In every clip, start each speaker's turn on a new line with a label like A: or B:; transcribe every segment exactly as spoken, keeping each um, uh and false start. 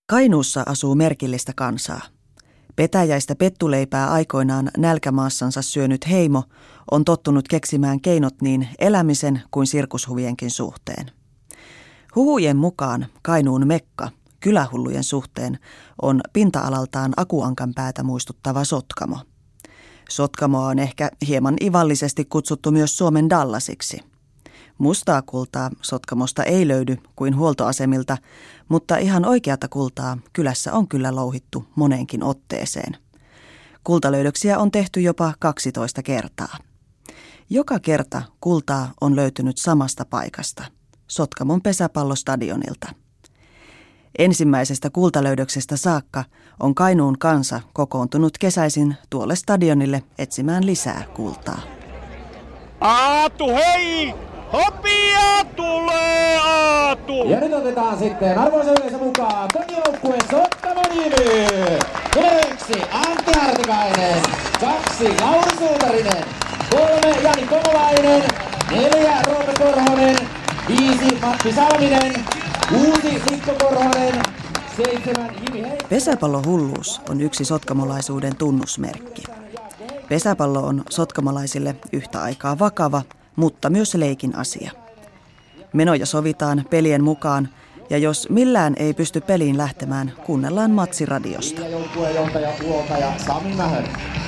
A: Kainuussa asuu merkillistä kansaa. Petäjäistä pettuleipää aikoinaan nälkämaassansa syönyt heimo on tottunut keksimään keinot niin elämisen kuin sirkushuvienkin suhteen. Huhujen mukaan Kainuun Mekka kylähullujen suhteen on pinta-alaltaan Akuankan päätä muistuttava Sotkamo. Sotkamoa on ehkä hieman ivallisesti kutsuttu myös Suomen Dallasiksi. Mustaa kultaa Sotkamosta ei löydy kuin huoltoasemilta, mutta ihan oikeata kultaa kylässä on kyllä louhittu moneenkin otteeseen. Kultalöydöksiä on tehty jopa kaksitoista kertaa. Joka kerta kultaa on löytynyt samasta paikasta, Sotkamon pesäpallostadionilta. Ensimmäisestä kultalöydöksestä saakka on Kainuun kansa kokoontunut kesäisin tuolle stadionille etsimään lisää kultaa.
B: Aatu, hei! Hopia tulee, Aatu!
C: Ja nyt otetaan sitten arvoisa yleisö mukaan kotijoukkue Sotkamon Jymy. Numero yksi Antti Hartikainen, kaksi Lauri Suutarinen, kolme Jani Komolainen, neljä Roope Korhonen, viisi Matti Salminen, kuusi Mikko Korhonen, seitsemän Jimi Heikki.
A: Pesäpallohulluus on yksi sotkamolaisuuden tunnusmerkki. Pesäpallo on sotkamolaisille yhtä aikaa vakava, mutta myös leikin asia. Menoja sovitaan pelien mukaan, ja jos millään ei pysty peliin lähtemään, kuunnellaan matsi radiosta.
C: Joukkueenjohtaja huoltaja Sami Mähön.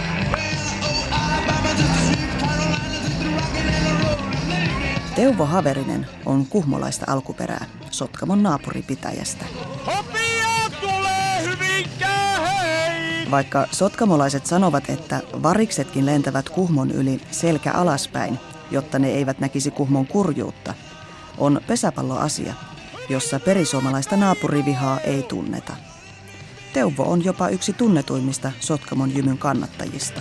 A: Teuvo Haverinen on kuhmolaista alkuperää, Sotkamon naapuripitäjästä.
B: Hopia tulee Hyvinkään, hei!
A: Vaikka sotkamolaiset sanovat, että variksetkin lentävät Kuhmon yli selkä alaspäin, jotta ne eivät näkisi Kuhmon kurjuutta, on pesäpalloasia, jossa perisuomalaista naapurivihaa ei tunneta. Teuvo on jopa yksi tunnetuimmista Sotkamon Jymyn kannattajista.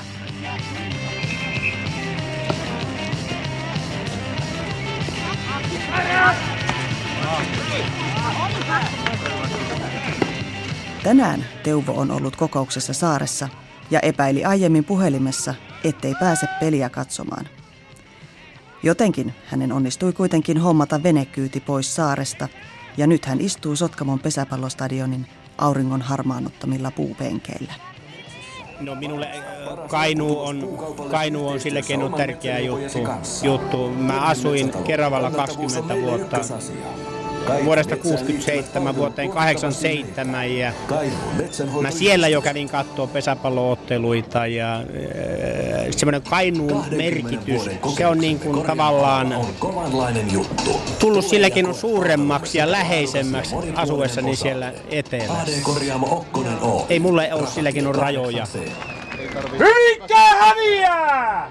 A: Tänään Teuvo on ollut kokouksessa saaressa ja epäili aiemmin puhelimessa, ettei pääse peliä katsomaan. Jotenkin hänen onnistui kuitenkin hommata venekyyti pois saaresta, ja nyt hän istuu Sotkamon pesäpallostadionin auringon harmaannuttamilla puupenkeillä.
B: No minulle Kainuu on, Kainuu on sillä keinoin tärkeä juttu, juttu. Mä asuin Keravalla kaksikymmentä vuotta, vuodesta kuusikymmentäseitsemän vuoteen kahdeksankymmentäseitsemän, ja mä siellä jo kävin kattoo pesäpallootteluita, ja äh, semmoinen Kainuun merkitys, se on niin kuin tavallaan tullut silläkin on suuremmaksi ja läheisemmäksi asuessani siellä etelässä. Ei mulle ole silläkin on rajoja.
D: Hyvinkään häviää!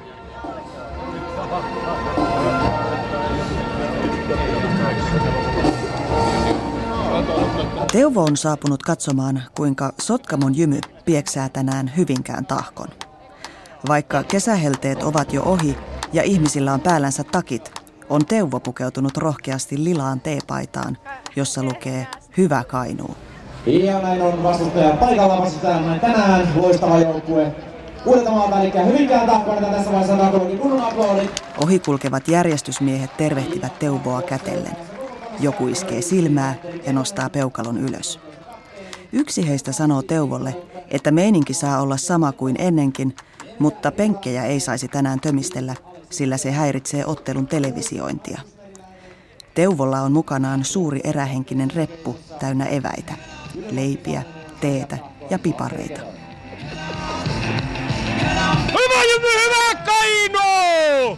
A: Teuvo on saapunut katsomaan, kuinka Sotkamon Jymy pieksää tänään Hyvinkään tahkon. Vaikka kesähelteet ovat jo ohi ja ihmisillä on päällänsä takit, on Teuvo pukeutunut rohkeasti lilaan teepaitaan, jossa lukee Hyvä Kainuu.
C: Ja näin on vastustaja paikalla vastustajana tänään loistava joukkue. Uudeltamaalta eli Hyvinkään tahkon, tässä vaiheessa tahkologi kunnon aplodit.
A: Ohikulkevat järjestysmiehet tervehtivät Teuvoa kätellen. Joku iskee silmää ja nostaa peukalon ylös. Yksi heistä sanoo Teuvolle, että meininki saa olla sama kuin ennenkin, mutta penkkejä ei saisi tänään tömistellä, sillä se häiritsee ottelun televisiointia. Teuvolla on mukanaan suuri erähenkinen reppu täynnä eväitä, leipiä, teetä ja pipareita.
B: Hyvä Jymy, hyvä Kainuu!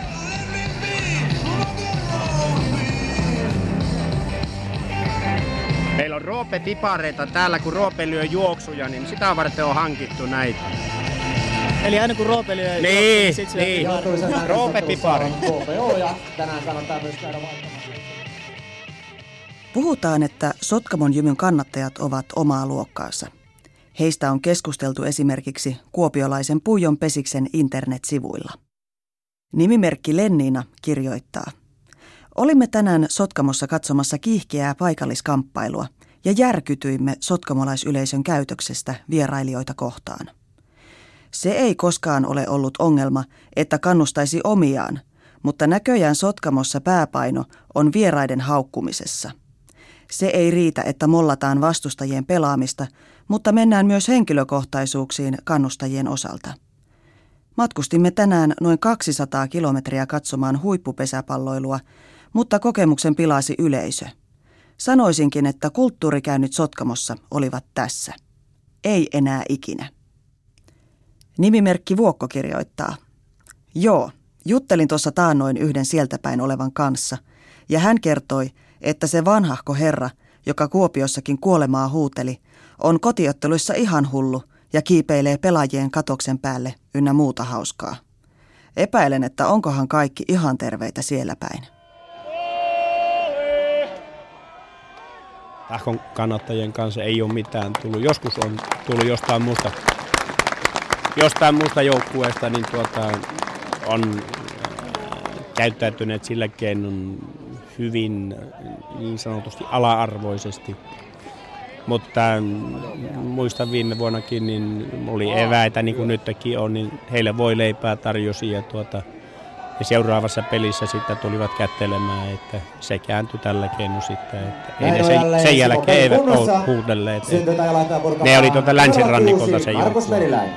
B: Meillä on Roope-pipareita täällä, kun Roope lyö juoksuja, niin sitä varten on hankittu näitä.
D: Eli aina kun Roope lyö
B: niin,
D: juoksuja,
B: niin, niin. Roope-pipari.
C: Tänään kannattaa myös käydä vaihtamaan.
A: Puhutaan, että Sotkamon Jymyn kannattajat ovat omaa luokkaansa. Heistä on keskusteltu esimerkiksi kuopiolaisen Puijon Pesiksen internetsivuilla. Nimimerkki Lenniina kirjoittaa: Olimme tänään Sotkamossa katsomassa kiihkeää paikalliskamppailua ja järkytyimme sotkamolaisyleisön käytöksestä vierailijoita kohtaan. Se ei koskaan ole ollut ongelma, että kannustaisi omiaan, mutta näköjään Sotkamossa pääpaino on vieraiden haukkumisessa. Se ei riitä, että mollataan vastustajien pelaamista, mutta mennään myös henkilökohtaisuuksiin kannustajien osalta. Matkustimme tänään noin kaksisataa kilometriä katsomaan huippupesäpalloilua, mutta kokemuksen pilasi yleisö. Sanoisinkin, että kulttuurikäynnit Sotkamossa olivat tässä. Ei enää ikinä. Nimimerkki Vuokko kirjoittaa. Joo, juttelin tuossa taannoin yhden sieltä päin olevan kanssa, ja hän kertoi, että se vanhahko herra, joka Kuopiossakin kuolemaa huuteli, on kotiotteluissa ihan hullu ja kiipeilee pelaajien katoksen päälle ynnä muuta hauskaa. Epäilen, että onkohan kaikki ihan terveitä siellä päin.
B: Tahkon kannattajien kanssa ei ole mitään tullut. Joskus on tullut jostain muusta, jostain muusta joukkueesta, niin tuota, on käyttäytyneet sillä keinon hyvin niin sanotusti ala-arvoisesti. Mutta muistan viime vuonnakin, niin oli eväitä, niin kuin nytkin on, niin heille voi leipää tarjosi ja, tuota, ja seuraavassa pelissä sitten tulivat kättelemään, että se kääntyi tällä keinoin sitten, että ei ne sen, sen jälkeen eivät ole huudelleet. Ne oli tuota länsirannikolta se joukkue.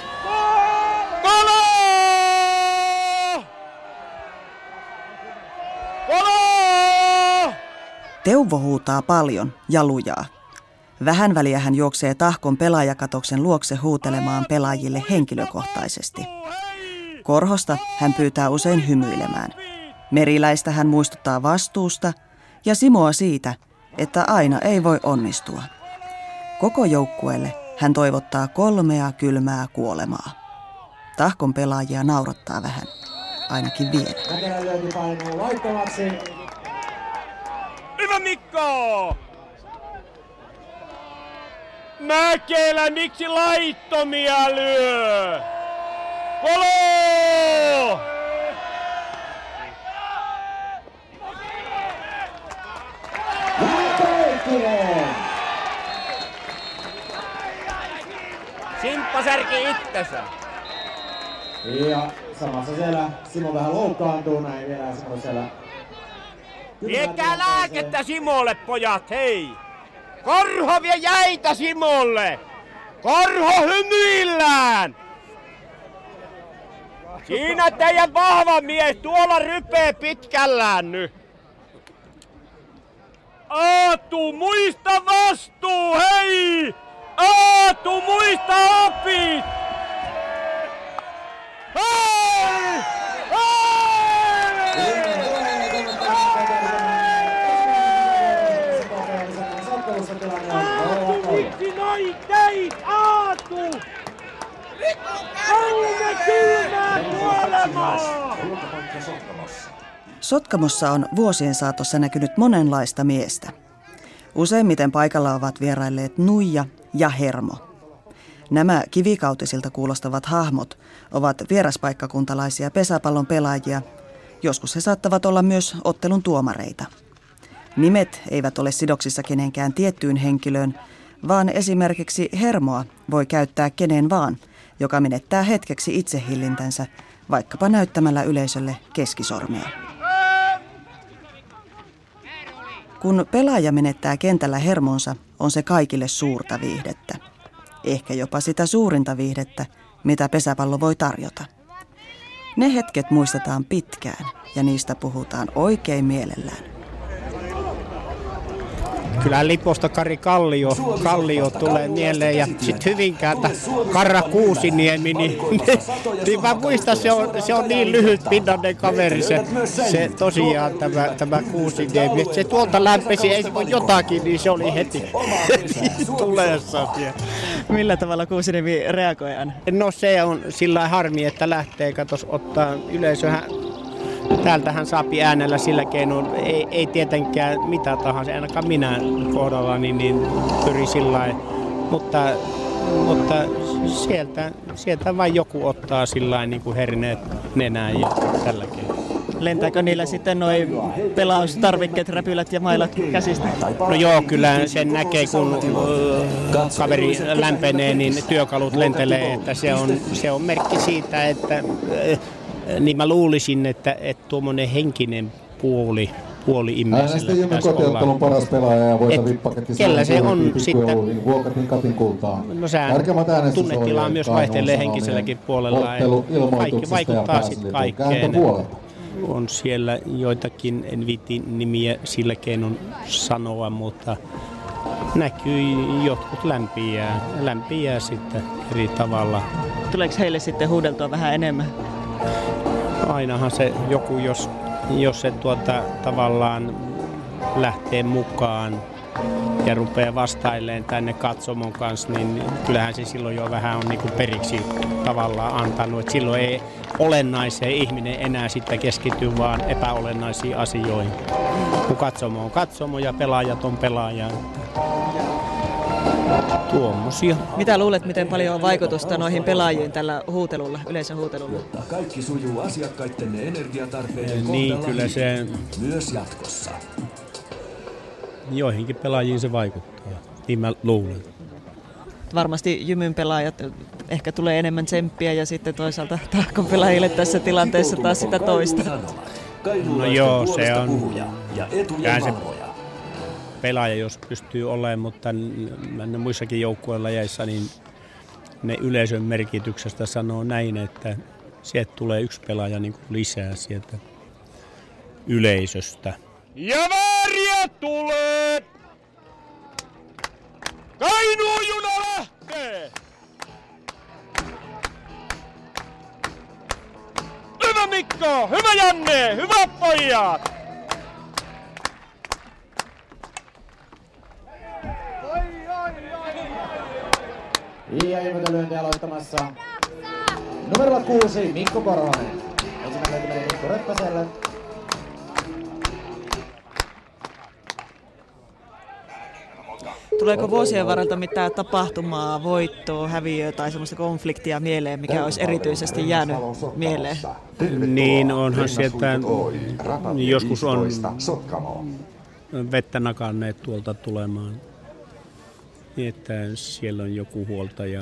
A: Teuvo huutaa paljon ja lujaa. Vähän väliä hän juoksee Tahkon pelaajakatoksen luokse huutelemaan pelaajille henkilökohtaisesti. Korhosta hän pyytää usein hymyilemään. Meriläistä hän muistuttaa vastuusta ja Simoa siitä, että aina ei voi onnistua. Koko joukkueelle hän toivottaa kolmea kylmää kuolemaa. Tahkon pelaajia naurattaa vähän, ainakin vielä.
C: Mäkelän lyönti painuu laittomaksi.
D: Hyvä Mikko! Mäkelä, miksi laittomia lyö? Kolo! Simppa särki itsensä.
C: Ja samassa siellä Simo vähän loukkaantuu näin vielä Simo siellä.
D: Viekää lääkettä Simolle, pojat, hei! Korho vie jäitä Simolle! Korho hymyillään! Siinä teidän vahva mies, tuolla rypee pitkällään nyt. Aatu, muista vastuu, hei! Aatu, muista opit! Hei! Aatu, miksi noin teit, Aatu? Kolme kylmää kuolemaa!
A: Sotkamossa on vuosien saatossa näkynyt monenlaista miestä. Useimmiten paikalla ovat vierailleet Nuija ja Hermo. Nämä kivikautisilta kuulostavat hahmot ovat vieraspaikkakuntalaisia pesäpallon pelaajia. Joskus he saattavat olla myös ottelun tuomareita. Nimet eivät ole sidoksissa kenenkään tiettyyn henkilöön, vaan esimerkiksi Hermoa voi käyttää kenen vaan, joka menettää hetkeksi itsehillintänsä, vaikkapa näyttämällä yleisölle keskisormea. Kun pelaaja menettää kentällä hermonsa, on se kaikille suurta viihdettä. Ehkä jopa sitä suurinta viihdettä, mitä pesäpallo voi tarjota. Ne hetket muistetaan pitkään ja niistä puhutaan oikein mielellään.
B: Kyllä Liposta Kari Kallio, Kallio tulee mieleen ja sitten Hyvinkäältä Karra Kuusiniemi, niin, niin mä muistan, se on, se on niin lyhyt pinnainen kaveri se, se tosiaan tämä, tämä Kuusiniemi. Se tuolta lämpesi, ei se voi jotakin, niin se oli heti tuleessa.
E: Millä tavalla Kuusiniemi reagoi aina?
B: No se on sillä harmi, että lähtee, katos ottaa yleisöhän. Täältähän saapi äänellä sillä keinoin, ei, ei tietenkään mitä tahansa, ainakaan minä kohdalla, niin, niin pyri sillä lailla. Mutta, mutta sieltä, sieltä vain joku ottaa sillä lailla niin kuin herneet nenään ja tällä keinoin.
E: Lentääkö niillä sitten noi pelaustarvikkeet, räpylät ja mailat käsistä?
B: No joo, kyllä sen näkee, kun kaveri lämpenee, niin työkalut lentelee, että se on, se on merkki siitä, että niin mä luulisin, että, että tuommoinen henkinen puoli, puoli-immeisellä pitäisi olla.
C: Paras pelaaja ja voita vippaketti.
B: Kellä se on sitten?
C: Vuokatin Katin kultaan.
B: No sehän tunnetila myös vaihtelee henkiselläkin puolella. Kaikki vaikuttaa sitten kaikkeen. On siellä joitakin, en viitti nimiä sillä keinon sanoa, mutta näkyy jotkut lämpiää, lämpiää sitten eri tavalla.
E: Tuleeko heille sitten huudeltua vähän enemmän?
B: Ainahan se joku, jos, jos se tuota, tavallaan lähtee mukaan ja rupeaa vastailemaan tänne katsomon kanssa, niin kyllähän se silloin jo vähän on niinku periksi tavallaan antanut. Et silloin ei olennaiseen ihminen enää sitten keskity vaan epäolennaisiin asioihin. Kun katsomo on katsomo ja pelaajat on pelaaja. Tuommoisia.
E: Mitä luulet, miten paljon on vaikutusta noihin pelaajiin tällä huutelulla, yleisöhuutelulla?
F: Kaikki sujuu asiakkaittenne energiatarpeiden
B: niin, kyllä se
F: myös jatkossa.
B: Joihinkin pelaajiin se vaikuttaa, niin mä luulen.
E: Varmasti Jymyn pelaajat ehkä tulee enemmän tsemppiä ja sitten toisaalta Tahkon pelaajille tässä tilanteessa taas sitä toista.
B: No joo, se on se pelaaja, jos pystyy olemaan, mutta ne muissakin joukkuelajeissa, niin ne yleisön merkityksestä sanoo näin, että sieltä tulee yksi pelaaja niin kuin lisää sieltä yleisöstä.
D: Ja vääriä tulee! Kainuun juna lähtee! Hyvä Mikko! Hyvä Janne! Hyvät pojat!
C: Ja ilmoitelyönti aloittamassa. Numero kuusi, Mikko Korhonen. Ensimmäinen menee Mikko Röppäselle.
E: Tuleeko vuosien varrelta mitään tapahtumaa, voittoa, häviöä tai semmoista konfliktia mieleen, mikä olisi erityisesti jäänyt mieleen?
B: Niin onhan sieltä, joskus on vettä nakanneet tuolta tulemaan. Niin, että siellä on joku huoltaja.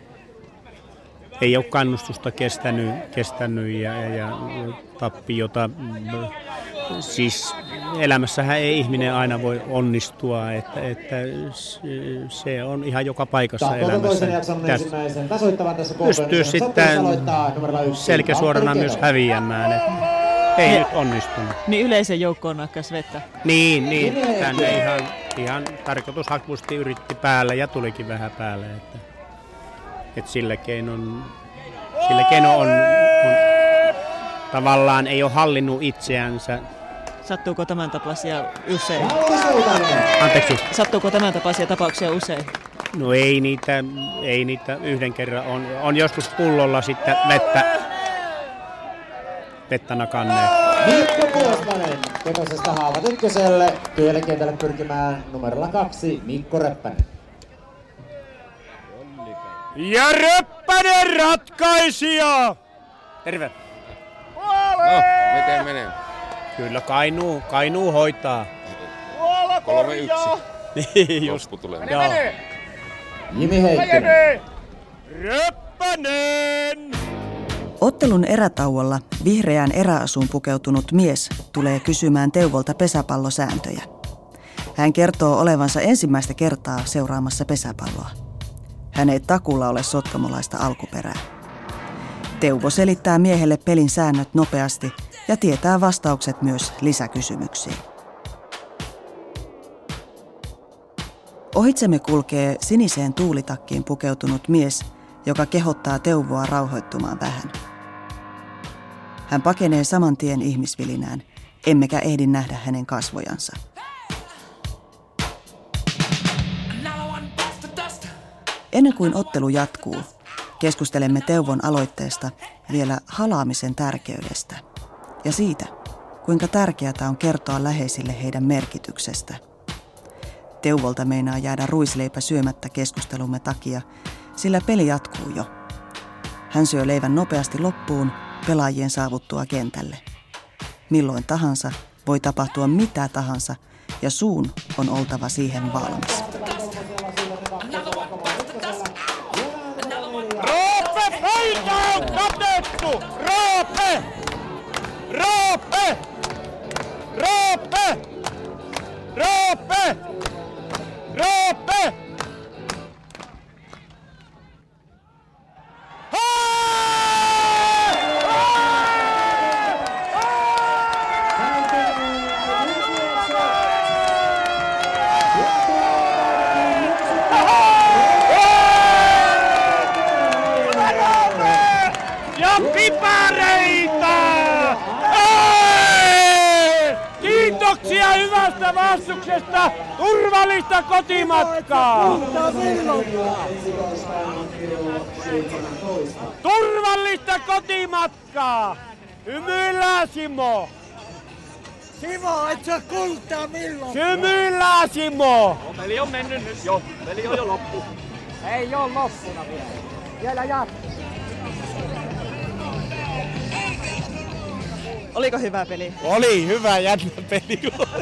B: Ei ole kannustusta kestänyt, kestänyt ja, ja tappiota. Siis elämässähän ei ihminen aina voi onnistua, että, että se on ihan joka paikassa elämässä. Pystyy sitten selkäsuorana myös häviämään. Ei He, nyt onnistunut.
E: Niin yleisen joukkoon nakkas vettä?
B: Niin, niin tänne ihan, ihan tarkoitushakuisesti yritti päälle ja tulikin vähän päälle. Että, että sillä keinon, sillä keinon on, on tavallaan ei ole hallinnut itseänsä.
E: Sattuuko tämän tapaisia usein?
B: Anteeksi?
E: Sattuuko tämän tapaisia tapauksia usein?
B: No ei niitä, ei niitä yhden kerran. On, on joskus pullolla sitten vettä, vettä nakanneet.
C: Mikko Kuosmanen tekoisesta haavat ykköselle. Työlle pyrkimään numerolla kaksi, Mikko Röppänen.
D: Ja Röppänen ratkaisija!
B: Terve.
G: No, miten menee?
B: Kyllä Kainuu, Kainuu hoitaa.
G: kolme yksi.
B: Niin, just.
G: Joo.
C: Jimi Heikkinen.
D: Röppänen!
A: Ottelun erätauolla vihreään eräasuun pukeutunut mies tulee kysymään Teuvolta pesäpallosääntöjä. Hän kertoo olevansa ensimmäistä kertaa seuraamassa pesäpalloa. Hän ei takulla ole sotkamolaista alkuperää. Teuvo selittää miehelle pelin säännöt nopeasti ja tietää vastaukset myös lisäkysymyksiin. Ohitsemme kulkee siniseen tuulitakkiin pukeutunut mies, joka kehottaa Teuvoa rauhoittumaan vähän. Hän pakenee saman tien ihmisvilinään, emmekä ehdi nähdä hänen kasvojansa. Ennen kuin ottelu jatkuu, keskustelemme Teuvon aloitteesta vielä halaamisen tärkeydestä ja siitä, kuinka tärkeää on kertoa läheisille heidän merkityksestä. Teuvolta meinaa jäädä ruisleipä syömättä keskustelumme takia, sillä peli jatkuu jo. Hän syö leivän nopeasti loppuun pelaajien saavuttua kentälle. Milloin tahansa voi tapahtua mitä tahansa ja suun on oltava siihen valmis.
D: Roope, paita on katettu! Roope! Roope! Roope! Roope! Roope! Ja pipareita! Ei! Kiitoksia hyvästä vastuksesta! Turvallista kotimatkaa! Turvallista kotimatkaa! Hymyillään, Simo!
H: Simo, et sä kultaa milloin?
D: Hymyillään, Simo!
H: Peli on mennyt nyt jo. Peli on jo loppu. Ei oo loppuna vielä. Vielä jatkuu.
E: Oliko hyvä peli?
B: Oli hyvä jännä peli.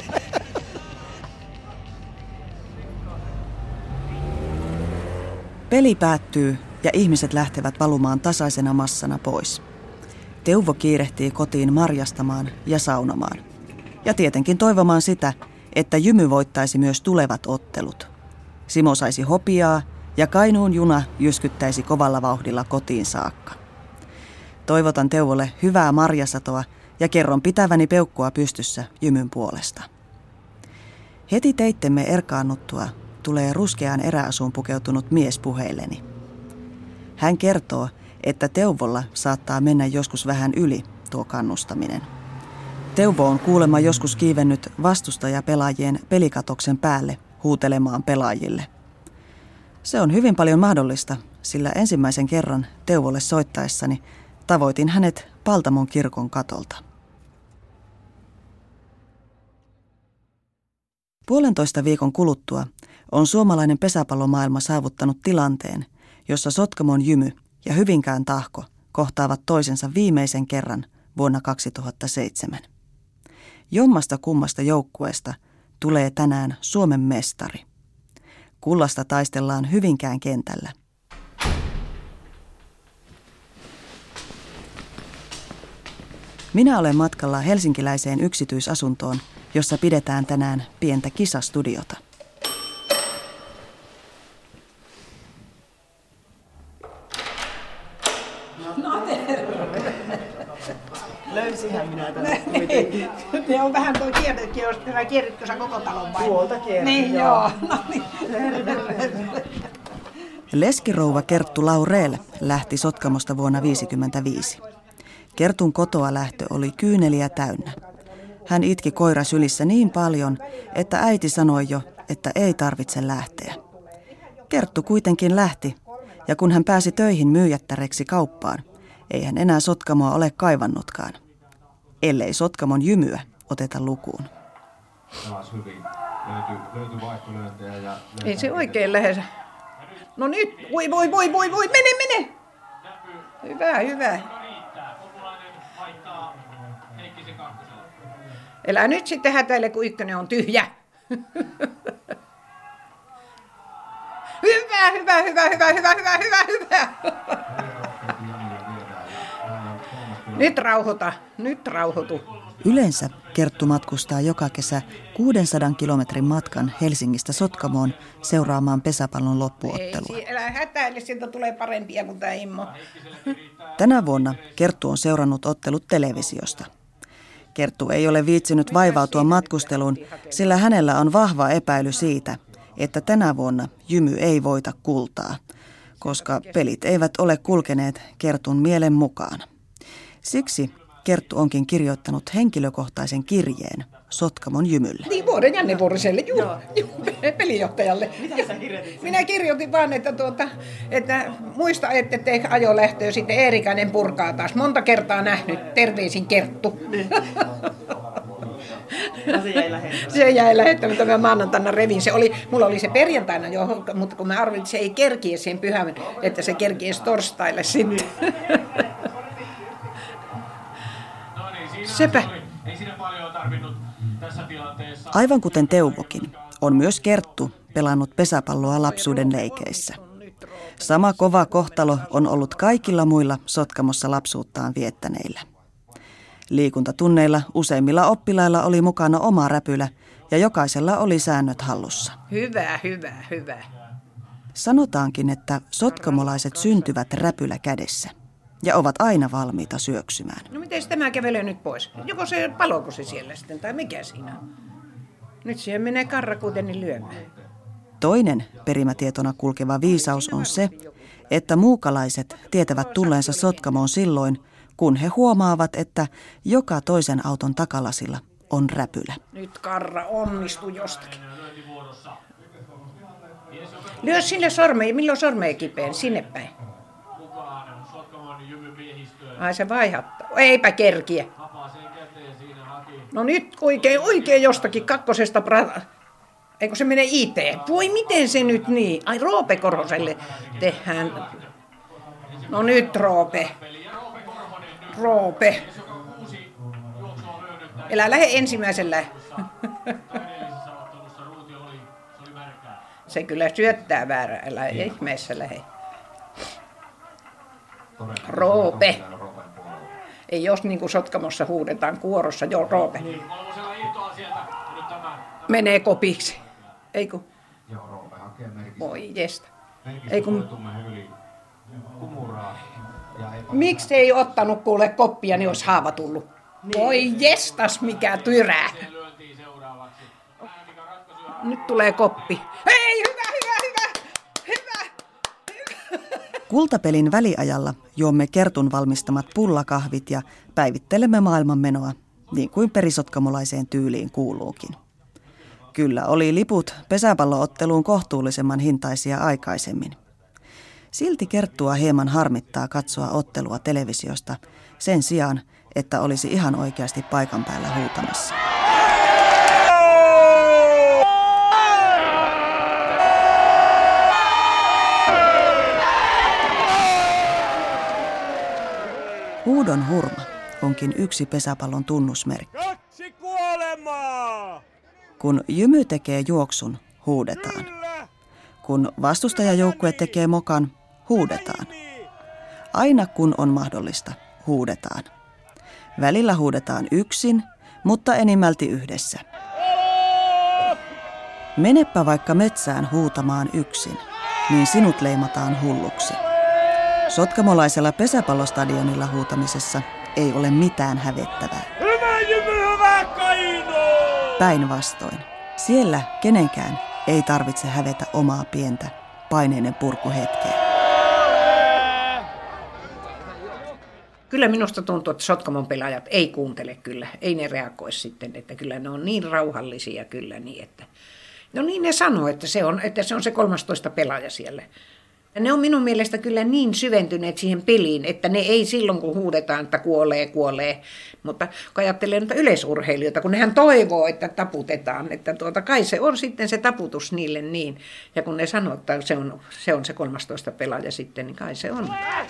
A: Peli päättyy ja ihmiset lähtevät valumaan tasaisena massana pois. Teuvo kiirehtii kotiin marjastamaan ja saunomaan. Ja tietenkin toivomaan sitä, että Jymy voittaisi myös tulevat ottelut. Simo saisi hopeaa ja Kainuun juna jyskyttäisi kovalla vauhdilla kotiin saakka. Toivotan Teuvolle hyvää marjasatoa ja kerron pitäväni peukkua pystyssä Jymyn puolesta. Heti teittemme erkaannuttua tulee ruskeaan eräasuun pukeutunut mies puheilleni. Hän kertoo, että Teuvolla saattaa mennä joskus vähän yli tuo kannustaminen. Teuvo on kuulemma joskus kiivennyt vastustajapelaajien pelikatoksen päälle huutelemaan pelaajille. Se on hyvin paljon mahdollista, sillä ensimmäisen kerran Teuvolle soittaessani tavoitin hänet Paltamon kirkon katolta. Puolentoista viikon kuluttua on suomalainen pesäpallomaailma saavuttanut tilanteen, jossa Sotkamon Jymy ja Hyvinkään Tahko kohtaavat toisensa viimeisen kerran vuonna kaksituhattaseitsemän. Jommasta kummasta joukkueesta tulee tänään Suomen mestari. Kullasta taistellaan Hyvinkään kentällä. Minä olen matkalla helsinkiläiseen yksityisasuntoon, jossa pidetään tänään pientä kisastudiota.
I: No
E: Löysinhän minä tämän kuitenkin.
I: Ne on vähän tuo kierretkin, jos tämä kierritkö sä koko talon vai?
E: Tuolta kierret,
I: niin,
E: joo.
I: joo. No niin.
A: Leskirouva Kerttu Laurel lähti Sotkamosta vuonna tuhatyhdeksänsataaviisikymmentäviisi. Kertun kotoa lähtö oli kyyneliä täynnä. Hän itki koira sylissä niin paljon, että äiti sanoi jo, että ei tarvitse lähteä. Kerttu kuitenkin lähti, ja kun hän pääsi töihin myyjättäreksi kauppaan, ei hän enää Sotkamoa ole kaivannutkaan. Ellei Sotkamon Jymyä oteta lukuun.
J: Hyvin. Löytyy, löytyy vaihtolyöntejä ja...
I: Ei se oikein lähde. No nyt, voi voi voi voi voi, mene mene! Hyvä, hyvä. Elää nyt sitten hätäile, kun ykkönen on tyhjä. Hyvä, hyvä, hyvä, hyvä, hyvä, hyvä, hyvä, hyvä. Nyt rauhoita, nyt rauhoitu.
A: Yleensä Kerttu matkustaa joka kesä kuudensadan kilometrin matkan Helsingistä Sotkamoon seuraamaan pesäpallon loppuottelua.
I: Ei, älä hätäile, sieltä tulee parempia kuin tämä Immo.
A: Tänä vuonna Kerttu on seurannut ottelut televisiosta. Kerttu ei ole viitsinyt vaivautua matkusteluun, sillä hänellä on vahva epäily siitä, että tänä vuonna Jymy ei voita kultaa, koska pelit eivät ole kulkeneet Kertun mielen mukaan. Siksi Kerttu onkin kirjoittanut henkilökohtaisen kirjeen Sotkamon Jymylle.
I: Niin, vuoden Janne Vuoriselle, juu, juu, pelijohtajalle. Mitä sä kirjoitit? Minä kirjoitin vaan, että, tuota, että muista, että te ajo lähtöä sitten Eerikäinen purkaa taas. Monta kertaa nähnyt. Terveisin Kerttu.
E: No, se jäi lähettämättä.
I: Se jäi lähettämättä. Mä maanantaina revin. Se oli, mulla oli se perjantaina jo, mutta kun mä arvelin, että se ei kerkiä sen pyhän, että se kerkiesi torstaille sitten. Sepä.
A: Aivan kuten Teuvokin, on myös Kerttu pelannut pesäpalloa lapsuuden leikeissä. Sama kova kohtalo on ollut kaikilla muilla Sotkamossa lapsuuttaan viettäneillä. Liikuntatunneilla useimmilla oppilailla oli mukana oma räpylä ja jokaisella oli säännöt hallussa.
I: Hyvä, hyvä, hyvä.
A: Sanotaankin, että sotkamolaiset syntyvät räpylä kädessä ja ovat aina valmiita syöksymään.
I: No miten tämä kävelee nyt pois? Joko se paloko se siellä sitten tai mikä siinä on? Nyt siihen menee karra kuitenkin lyömään.
A: Toinen perimätietona kulkeva viisaus on se, että muukalaiset tietävät tulleensa Sotkamoon silloin, kun he huomaavat, että joka toisen auton takalasilla on räpylä.
I: Nyt karra onnistui jostakin. Lyö sinne sormeen. Milloin sormeen kipeen? Sinne päin. Ai se vaihattaa. Eipä kerkiä. No nyt oikein, oikein jostakin kakkosesta. Pra- Eikö se mene I T? Voi miten se nyt niin? Ai Roope Korhoselle tehdään. No nyt Roope. Roope. Elä lähde ensimmäisellä. Se kyllä syöttää väärää. Älä ihmeessä lähde. Roope. Ei jos niin kuin Sotkamossa huudetaan kuorossa. Joo, Roope. Menee kopiksi. Ei kun.
J: Joo, Roope hakee merkistä.
I: Voi jestä.
J: Ei kun.
I: Miksi ei ottanut kuule koppia, niin olisi haava tullut. Niin. Voi jestas, mikä tyrää. Nyt tulee koppi. Hei, hyvä, hyvä, hyvä, hyvä, hyvä.
A: Kultapelin väliajalla juomme Kertun valmistamat pullakahvit ja päivittelemme maailmanmenoa, niin kuin perisotkamolaiseen tyyliin kuuluukin. Kyllä oli liput pesäpallootteluun kohtuullisemman hintaisia aikaisemmin. Silti Kerttua hieman harmittaa katsoa ottelua televisiosta sen sijaan, että olisi ihan oikeasti paikan päällä huutamassa. Huudon hurma onkin yksi pesäpallon tunnusmerkki.
D: Kaksi kuolemaa!
A: Kun jymy tekee juoksun, huudetaan. Kun vastustajajoukkue tekee mokan, huudetaan. Aina kun on mahdollista, huudetaan. Välillä huudetaan yksin, mutta enimmälti yhdessä. Menepä vaikka metsään huutamaan yksin, niin sinut leimataan hulluksi. Sotkamolaisella pesäpallostadionilla huutamisessa ei ole mitään hävettävää.
D: Hyvä jymy, hyvä Kaino!
A: Päinvastoin. Siellä kenenkään ei tarvitse hävetä omaa pientä paineinen purkuhetkeä.
I: Kyllä minusta tuntuu, että Sotkamon pelaajat ei kuuntele kyllä. Ei ne reagoi sitten, että kyllä ne on niin rauhallisia kyllä niin, että... No niin ne sanoo, että se on, että se on se kolmastoista pelaaja siellä. Ja ne on minun mielestä kyllä niin syventyneet siihen peliin, että ne ei silloin kun huudetaan, että kuolee, kuolee. Mutta kun ajattelee noita yleisurheilijoita, kun nehän toivoo, että taputetaan, että tuota, kai se on sitten se taputus niille niin. Ja kun ne sanoo, että se on se, on se kolmastoista pelaaja sitten, niin kai se on.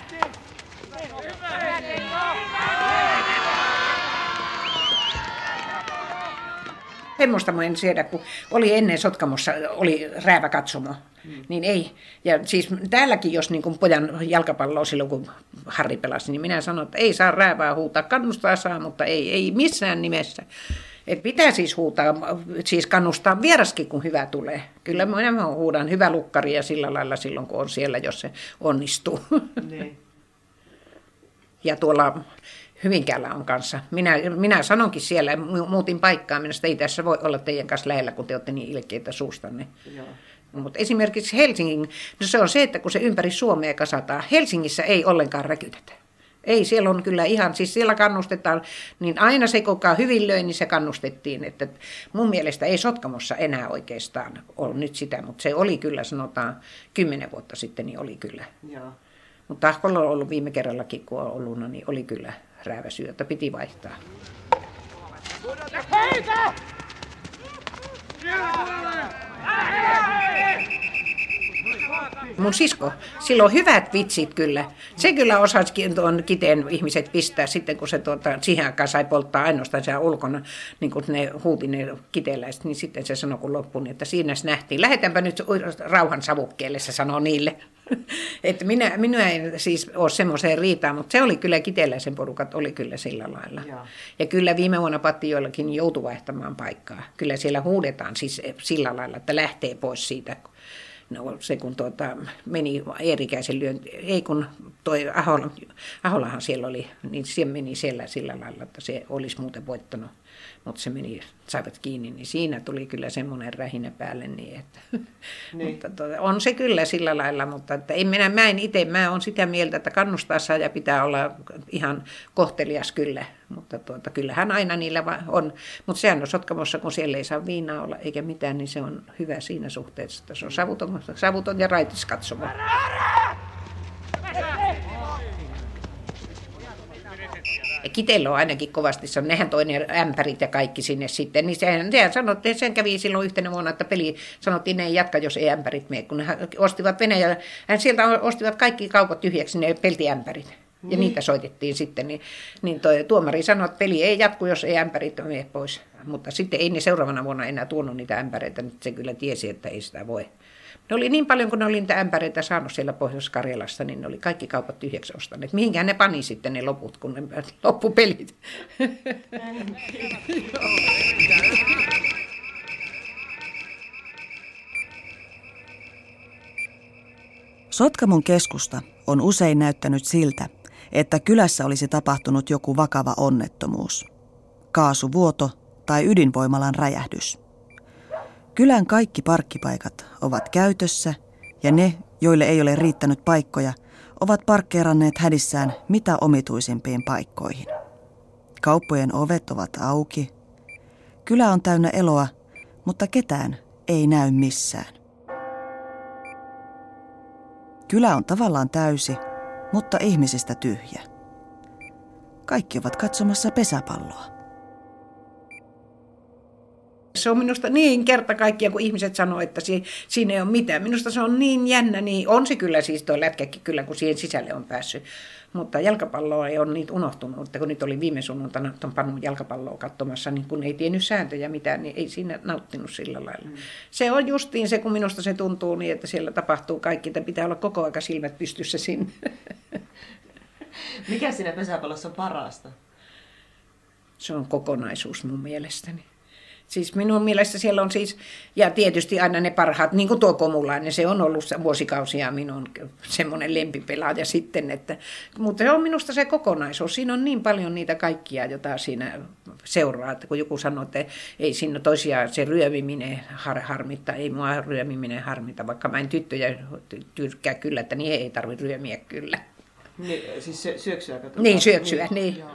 I: Semmoista mä en siedä, kun oli ennen Sotkamossa, oli rääväkatsomo, mm. niin ei. Ja siis täälläkin, jos niin kuin pojan jalkapalloa silloin, kun Harri pelasi, niin minä sanoin, että ei saa räävää huutaa. Kannustaa saa, mutta ei, ei missään nimessä. Et pitää siis huutaa, siis kannustaa vieraskin, kun hyvä tulee. Kyllä minä huudan hyvä lukkari ja sillä lailla silloin, kun on siellä, jos se onnistuu. Niin. Ja tuolla... Hyvinkäällä on kanssa. Minä, minä sanonkin siellä, muutin paikkaa, minusta ei tässä voi olla teidän kanssa lähellä, kun te olette niin ilkeitä suustanne. Mutta esimerkiksi Helsingin, no se on se, että kun se ympäri Suomea kasataan, Helsingissä ei ollenkaan räkytetä. Ei, siellä on kyllä ihan, siis siellä kannustetaan, niin aina se, kuka hyvin löi, niin se kannustettiin. Että mun mielestä ei Sotkamossa enää oikeastaan ole nyt sitä, mutta se oli kyllä, sanotaan, kymmenen vuotta sitten, niin oli kyllä. Joo. Mutta Tahkolla on ollut viime kerrallakin, kun on ollut, niin oli kyllä rääväsyötä, piti vaihtaa. Mun sisko, sillä on hyvät vitsit kyllä. Se kyllä osasi tuon kiteen ihmiset pistää sitten, kun se tuota, siihen aikaan sai polttaa ainoastaan siellä ulkona, niin kun ne huuti ne kiteeläiset, niin sitten se sanoi kun loppui, niin että siinä nähtiin. Lähetäänpä nyt rauhan savukkeelle, se sanoo niille. Että minä, minä en siis ole semmoiseen riitaan, mutta se oli kyllä Kiteläisen porukat, oli kyllä sillä lailla. Ja, ja kyllä viime vuonna Pattijoillakin joutui vaihtamaan paikkaa. Kyllä siellä huudetaan siis sillä lailla, että lähtee pois siitä. No se kun tuota, meni Eerikäisen lyönti, ei kun toi Ahola, Aholahan siellä oli, niin se meni siellä sillä lailla, että se olisi muuten voittanut. Mutta se meni, saivat kiinni, niin siinä tuli kyllä semmoinen rähinä päälle. Niin että, niin. Mutta tuota, on se kyllä sillä lailla, mutta että en minä, mä en itse, mä olen sitä mieltä, että kannustaa saa ja pitää olla ihan kohtelias kyllä. Mutta tuota, kyllähän aina niillä on. Mutta sehän on Sotkamossa, kun siellä ei saa viinaa olla eikä mitään, niin se on hyvä siinä suhteessa, että se on savuton, savuton ja raitis katsomaan. Kitellä on ainakin kovasti, se on nehän toinen ämpärit ja kaikki sinne sitten, niin sehän, sehän sanottiin, sen kävi silloin yhtenä vuonna, että peli sanottiin, ne ei jatka, jos ei ämpärit mene, kun he ostivat Venäjällä, sieltä ostivat kaikki kaupat tyhjäksi, ne peltiämpärit, ja niin. Niitä soitettiin sitten, niin, niin toi, tuomari sanoi, että peli ei jatku, jos ei ämpärit mene pois, mutta sitten ei ne seuraavana vuonna enää tuonut niitä ämpäreitä, nyt se kyllä tiesi, että ei sitä voi. Ne oli niin paljon, kun ne oli niitä ämpäreitä saanut siellä Pohjois-Karjalassa, niin ne oli kaikki kaupat tyhjäksi ostaneet. Mihinkään ne pani sitten ne loput, kun ne loppupelit.
A: Sotkamon keskusta on usein näyttänyt siltä, että kylässä olisi tapahtunut joku vakava onnettomuus. Kaasuvuoto tai ydinvoimalan räjähdys. Kylän kaikki parkkipaikat ovat käytössä ja ne, joille ei ole riittänyt paikkoja, ovat parkkeeranneet hädissään mitä omituisimpiin paikkoihin. Kauppojen ovet ovat auki. Kylä on täynnä eloa, mutta ketään ei näy missään. Kylä on tavallaan täysi, mutta ihmisistä tyhjä. Kaikki ovat katsomassa pesäpalloa.
I: Se on minusta niin kerta kaikkiaan, kun ihmiset sanoo, että siinä ei ole mitään. Minusta se on niin jännä, niin on se kyllä siis tuo lätkäkin kyllä, kun siihen sisälle on päässyt. Mutta jalkapalloa ei ole niitä unohtunut, että kun nyt oli viime sunnuntaina on pannut jalkapalloa katsomassa, niin kun ei tiennyt sääntöjä mitään, niin ei siinä nauttinut sillä lailla. Mm. Se on justiin se, kun minusta se tuntuu niin, että siellä tapahtuu kaikki, että pitää olla koko aika silmät pystyssä sinne.
E: Mikä siinä pesäpallossa on parasta?
I: Se on kokonaisuus mun mielestäni. Siis minun mielestä siellä on siis, ja tietysti aina ne parhaat, niin kuin tuo Komulainen, se on ollut vuosikausia minun semmoinen lempipelaaja sitten, että, mutta se on minusta se kokonaisuus. Siinä on niin paljon niitä kaikkia, joita siinä seuraa, että kun joku sanoo, että ei siinä toisiaan se ryömiminen har, harmittaa, ei mua ryömiminen harmita, vaikka mä en tyttöjä tyrkkää kyllä, että niin ei tarvitse ryömiä kyllä.
E: Niin, siis syöksyä katsotaan.
I: Niin, syöksyä, niin. niin.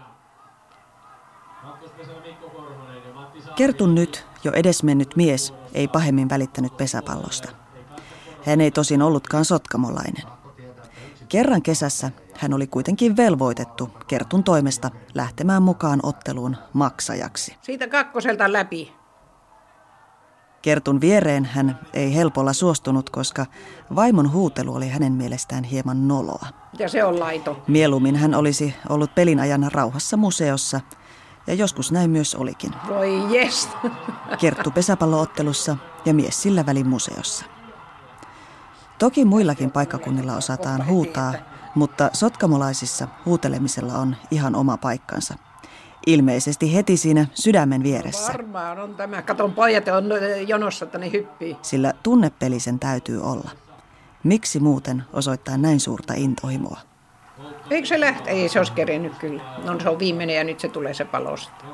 A: Kertun nyt jo edesmennyt mies ei pahemmin välittänyt pesäpallosta. Hän ei tosin ollutkaan sotkamolainen. Kerran kesässä hän oli kuitenkin velvoitettu Kertun toimesta lähtemään mukaan otteluun maksajaksi.
I: Siitä kakkoselta läpi.
A: Kertun viereen hän ei helpolla suostunut, koska vaimon huutelu oli hänen mielestään hieman noloa.
I: Ja se on laito.
A: Mieluummin hän olisi ollut pelin ajan rauhassa museossa, ja joskus näin myös olikin.
I: Voi jes!
A: Kerttu pesäpalloottelussa ja mies sillä välin museossa. Toki muillakin paikkakunnilla osataan huutaa, mutta sotkamolaisissa huutelemisella on ihan oma paikkansa. Ilmeisesti heti siinä sydämen vieressä.
I: Varmaan on tämä. Katon pojat on jonossa, että ne hyppii.
A: Sillä tunnepelisen täytyy olla. Miksi muuten osoittaa näin suurta intohimoa?
I: Eikö se lähte? Ei se olisi kerennyt kyllä. No se on viimeinen ja nyt se tulee se palo sitten.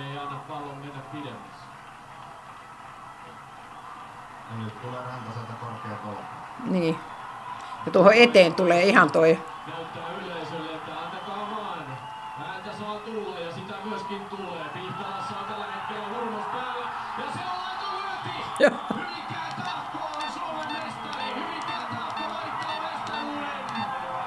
I: Niin. Ja tuohon eteen tulee ihan toi.
K: Näyttää yleisölle, että antakaa vaan. Ääntä saa tulla ja sitä myöskin tulee. Pihtalassa on tällä hetkellä hurmos päällä. Ja se on laito lyönti! Hyvinkää Tahko on Suomen mestari. Hyvinkää Tahko valittaa mestaruuden.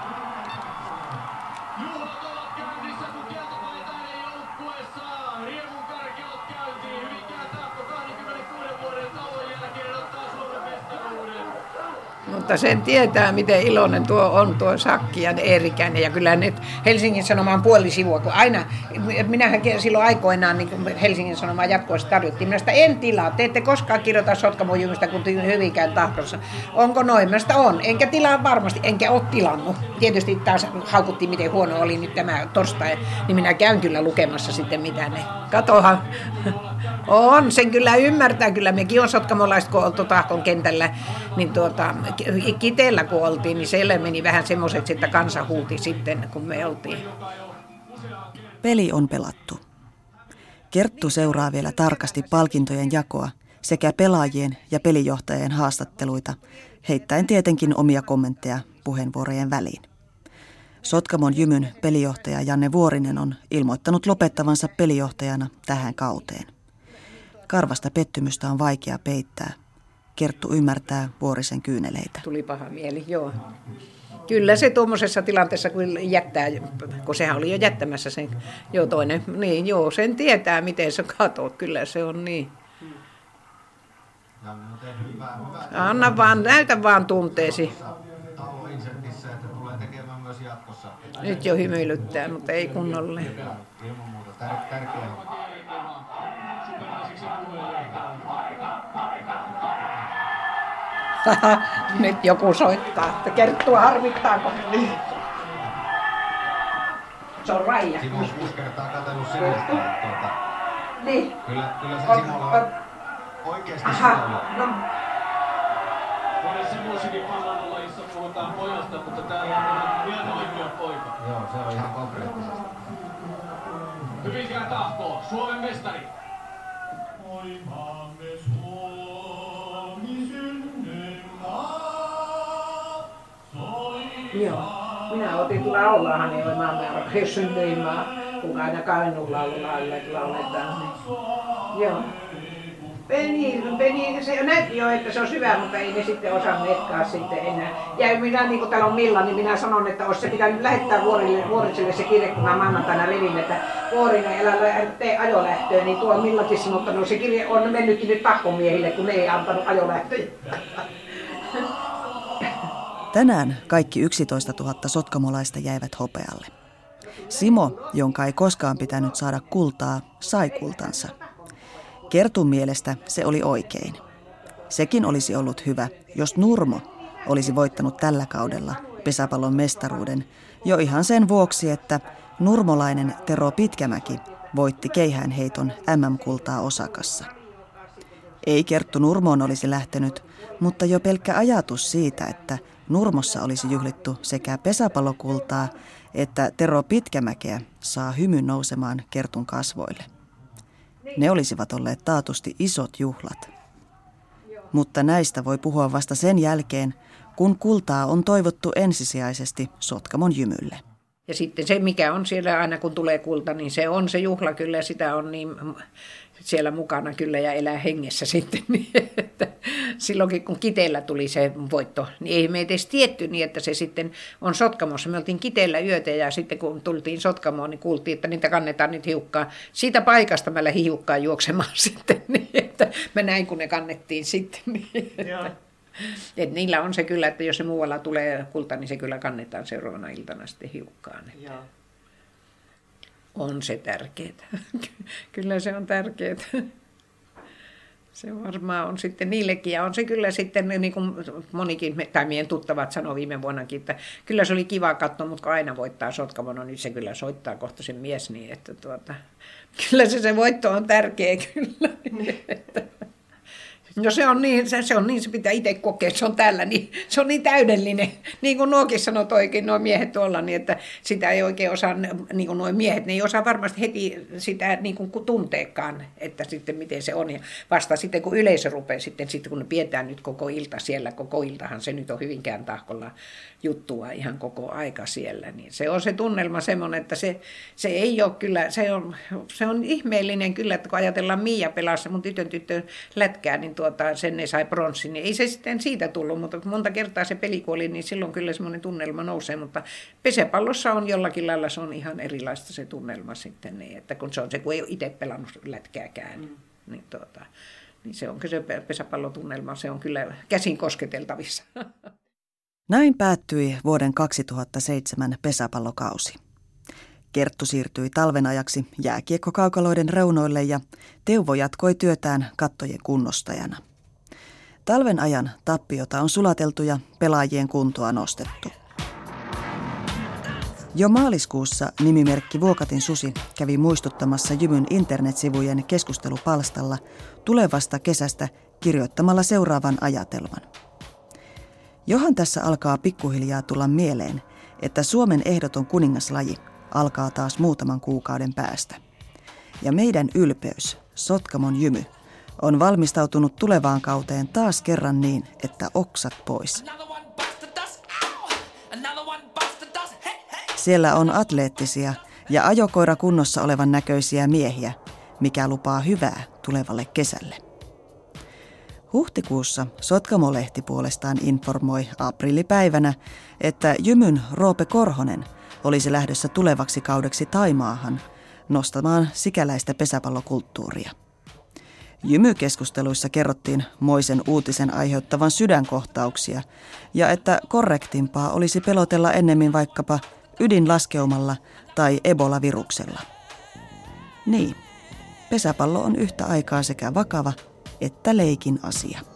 K: Juhlat ovat käynnissä, kun kieltopaitainen joukkue saa riemun karkeut käyntiin. Hyvinkää Tahko kaksikymmentäkuuden vuoden tauon jälkeen ottaa Suomen mestaruuden.
I: Mutta sen tietää, miten iloinen tuo on tuo Sakki ja Eerikäinen. Ja kyllä nyt Helsingin Sanomaan puoli sivua, kun aina, minähän silloin aikoinaan niin Helsingin Sanomaan jatkuvasti tarjottiin. Minä sitä en tilaa, te ette koskaan kirjoita Sotkamon jumista, kun Hyvinkään tahkossa. Onko noin? Minä sitä on. Enkä tilaa varmasti, enkä ole tilannut. Tietysti taas haukuttiin, miten huono oli nyt tämä torstai, niin minä käyn kyllä lukemassa sitten mitä ne. Katohan. On, sen kyllä ymmärtää. Kyllä mekin on sotkamolaiset, kun oltu Tahkon kentällä, niin tuota, Kiteellä kun oltiin, niin siellä meni vähän semmoiseksi, että kansa huuti sitten, kun me oltiin.
A: Peli on pelattu. Kerttu seuraa vielä tarkasti palkintojen jakoa sekä pelaajien ja pelijohtajien haastatteluita, heittäen tietenkin omia kommentteja puheenvuorojen väliin. Sotkamon Jymyn pelijohtaja Janne Vuorinen on ilmoittanut lopettavansa pelijohtajana tähän kauteen. Karvasta pettymystä on vaikea peittää. Kerttu ymmärtää Vuorisen kyyneleitä.
I: Tuli paha mieli, joo. Kyllä se tuommoisessa tilanteessa, kun jättää, kun sehän oli jo jättämässä sen jo toinen, niin joo, sen tietää, miten se katoo. Kyllä se on niin. Anna vaan, näytä vaan tunteesi. Nyt jo hymyilyttää, mutta ei kunnolle. Nyt joku soittaa. Kerttua harmittaako? Se on Raija.
J: Simo on kuusi kertaa katsellut sivusta. Tuota,
I: niin.
J: Kyllä, kyllä se Simolla on oikeasti sitoutunut.
I: No.
K: Monessa muussakin pallonlajissa puhutaan pojasta, mutta täällä on vielä oikea poika.
J: Joo, se on ihan konkreettisesti.
K: Hyvinkään Tahko, Suomen mestari. Oi maamme Suomi synnyinmaa.
I: Joo. Minä otin laulahan ei ole maamme arvoksi synnyinmaa, kun aina Kainuun laululla lauletaan. Joo. Peni, Peni, se näytti jo, että se on hyvä, mutta ei ne sitten osanneetkaan sitten enää. Ja minä, niin kuin täällä on Milla, niin minä sanon, että olisi se pitänyt lähettää Vuorille, Vuoriselle se kirje, kun mä maanantaina levin, että Vuorinen, älä tee ajolähtöä, niin tuo Millakin sanoi, että no se kirje on mennytkin nyt Tahkomiehille, kun ne ei antanut ajolähtöjä.
A: Tänään kaikki yksitoistatuhatta sotkamolaista jäivät hopealle. Simo, jonka ei koskaan pitänyt saada kultaa, sai kultansa. Kertun mielestä se oli oikein. Sekin olisi ollut hyvä, jos Nurmo olisi voittanut tällä kaudella pesäpallon mestaruuden jo ihan sen vuoksi, että nurmolainen Tero Pitkämäki voitti keihäänheiton äm äm-kultaa Osakassa. Ei Kerttu Nurmoon olisi lähtenyt, mutta jo pelkkä ajatus siitä, että Nurmossa olisi juhlittu sekä pesäpallokultaa että Tero Pitkämäkeä saa hymyn nousemaan Kertun kasvoille. Ne olisivat olleet taatusti isot juhlat. Mutta näistä voi puhua vasta sen jälkeen, kun kultaa on toivottu ensisijaisesti Sotkamon Jymylle.
I: Ja sitten se, mikä on siellä aina kun tulee kulta, niin se on se juhla kyllä ja sitä on niin siellä mukana kyllä ja elää hengessä sitten. Että silloinkin kun Kiteellä tuli se voitto, niin ei me edes tietty niin, että se sitten on Sotkamossa. Me oltiin Kiteellä yötä ja sitten kun tultiin Sotkamoon, niin kuultiin, että niitä kannetaan nyt hiukkaa. Siitä paikasta mä lähdin hiukkaan juoksemaan sitten, niin että mä näin kun ne kannettiin sitten. Niin että, että niillä on se kyllä, että jos se muualla tulee kulta, niin se kyllä kannetaan seuraavana iltana sitten hiukkaan. Että on se tärkeää. Kyllä se on tärkeää. Se varmaan on sitten niillekin. Ja on se kyllä sitten, niin kuin monikin, tai meidän tuttavat sanoi viime vuonnakin, että kyllä se oli kiva katsoa, mutta kun aina voittaa Sotkamon, no nyt se kyllä soittaa kohta sen mies niin, että tuota, kyllä se, se voitto on tärkeä kyllä. No se on niin, se, se on niin, se pitää itse kokea, se on tällä, niin, se on niin täydellinen. Niin kuin nuokin sanoi oikein, nuo miehet tuolla, niin että sitä ei oikein osaa, niin kuin nuo miehet, ne ei osaa varmasti heti sitä niin kuin tunteekaan, että sitten miten se on. Ja vasta sitten kun yleisö rupeaa, sitten, sitten kun ne pidetään nyt koko ilta siellä, koko iltahan se nyt on Hyvinkään Tahkolla juttua ihan koko aika siellä, niin se on se tunnelma semmoinen, että se, se ei ole kyllä, se on, se on ihmeellinen kyllä, että kun ajatellaan Miia pelasi mun tytön tyttö lätkää, niin tuota, sen ne sai bronssin, niin ei se sitten siitä tullut, mutta monta kertaa se peli kuoli, niin silloin kyllä semmoinen tunnelma nousee, mutta pesäpallossa on jollakin lailla, se on ihan erilaista se tunnelma sitten, niin, että kun se on se, kun ei ole itse pelannut lätkääkään, mm. niin, tuota, niin se on kyllä se pesäpallotunnelma, se on kyllä käsin kosketeltavissa.
A: Näin päättyi vuoden kaksituhattaseitsemän pesäpallokausi. Kerttu siirtyi talven ajaksi jääkiekkokaukaloiden reunoille ja Teuvo jatkoi työtään kattojen kunnostajana. Talven ajan tappiota on sulateltu ja pelaajien kuntoa nostettu. Jo maaliskuussa nimimerkki Vuokatin Susi kävi muistuttamassa Jymyn internetsivujen keskustelupalstalla tulevasta kesästä kirjoittamalla seuraavan ajatelman. Johan tässä alkaa pikkuhiljaa tulla mieleen, että Suomen ehdoton kuningaslaji alkaa taas muutaman kuukauden päästä. Ja meidän ylpeys, Sotkamon Jymy, on valmistautunut tulevaan kauteen taas kerran niin, että oksat pois. Siellä on atleettisia ja ajokoira kunnossa olevan näköisiä miehiä, mikä lupaa hyvää tulevalle kesälle. Huhtikuussa Sotkamo-lehti puolestaan informoi aprillipäivänä, että Jymyn Roope Korhonen olisi lähdössä tulevaksi kaudeksi Taimaahan nostamaan sikäläistä pesäpallokulttuuria. Jymykeskusteluissa kerrottiin moisen uutisen aiheuttavan sydänkohtauksia ja että korrektimpaa olisi pelotella ennemmin vaikkapa ydinlaskeumalla tai Ebola-viruksella. Niin, pesäpallo on yhtä aikaa sekä vakava että leikin asia.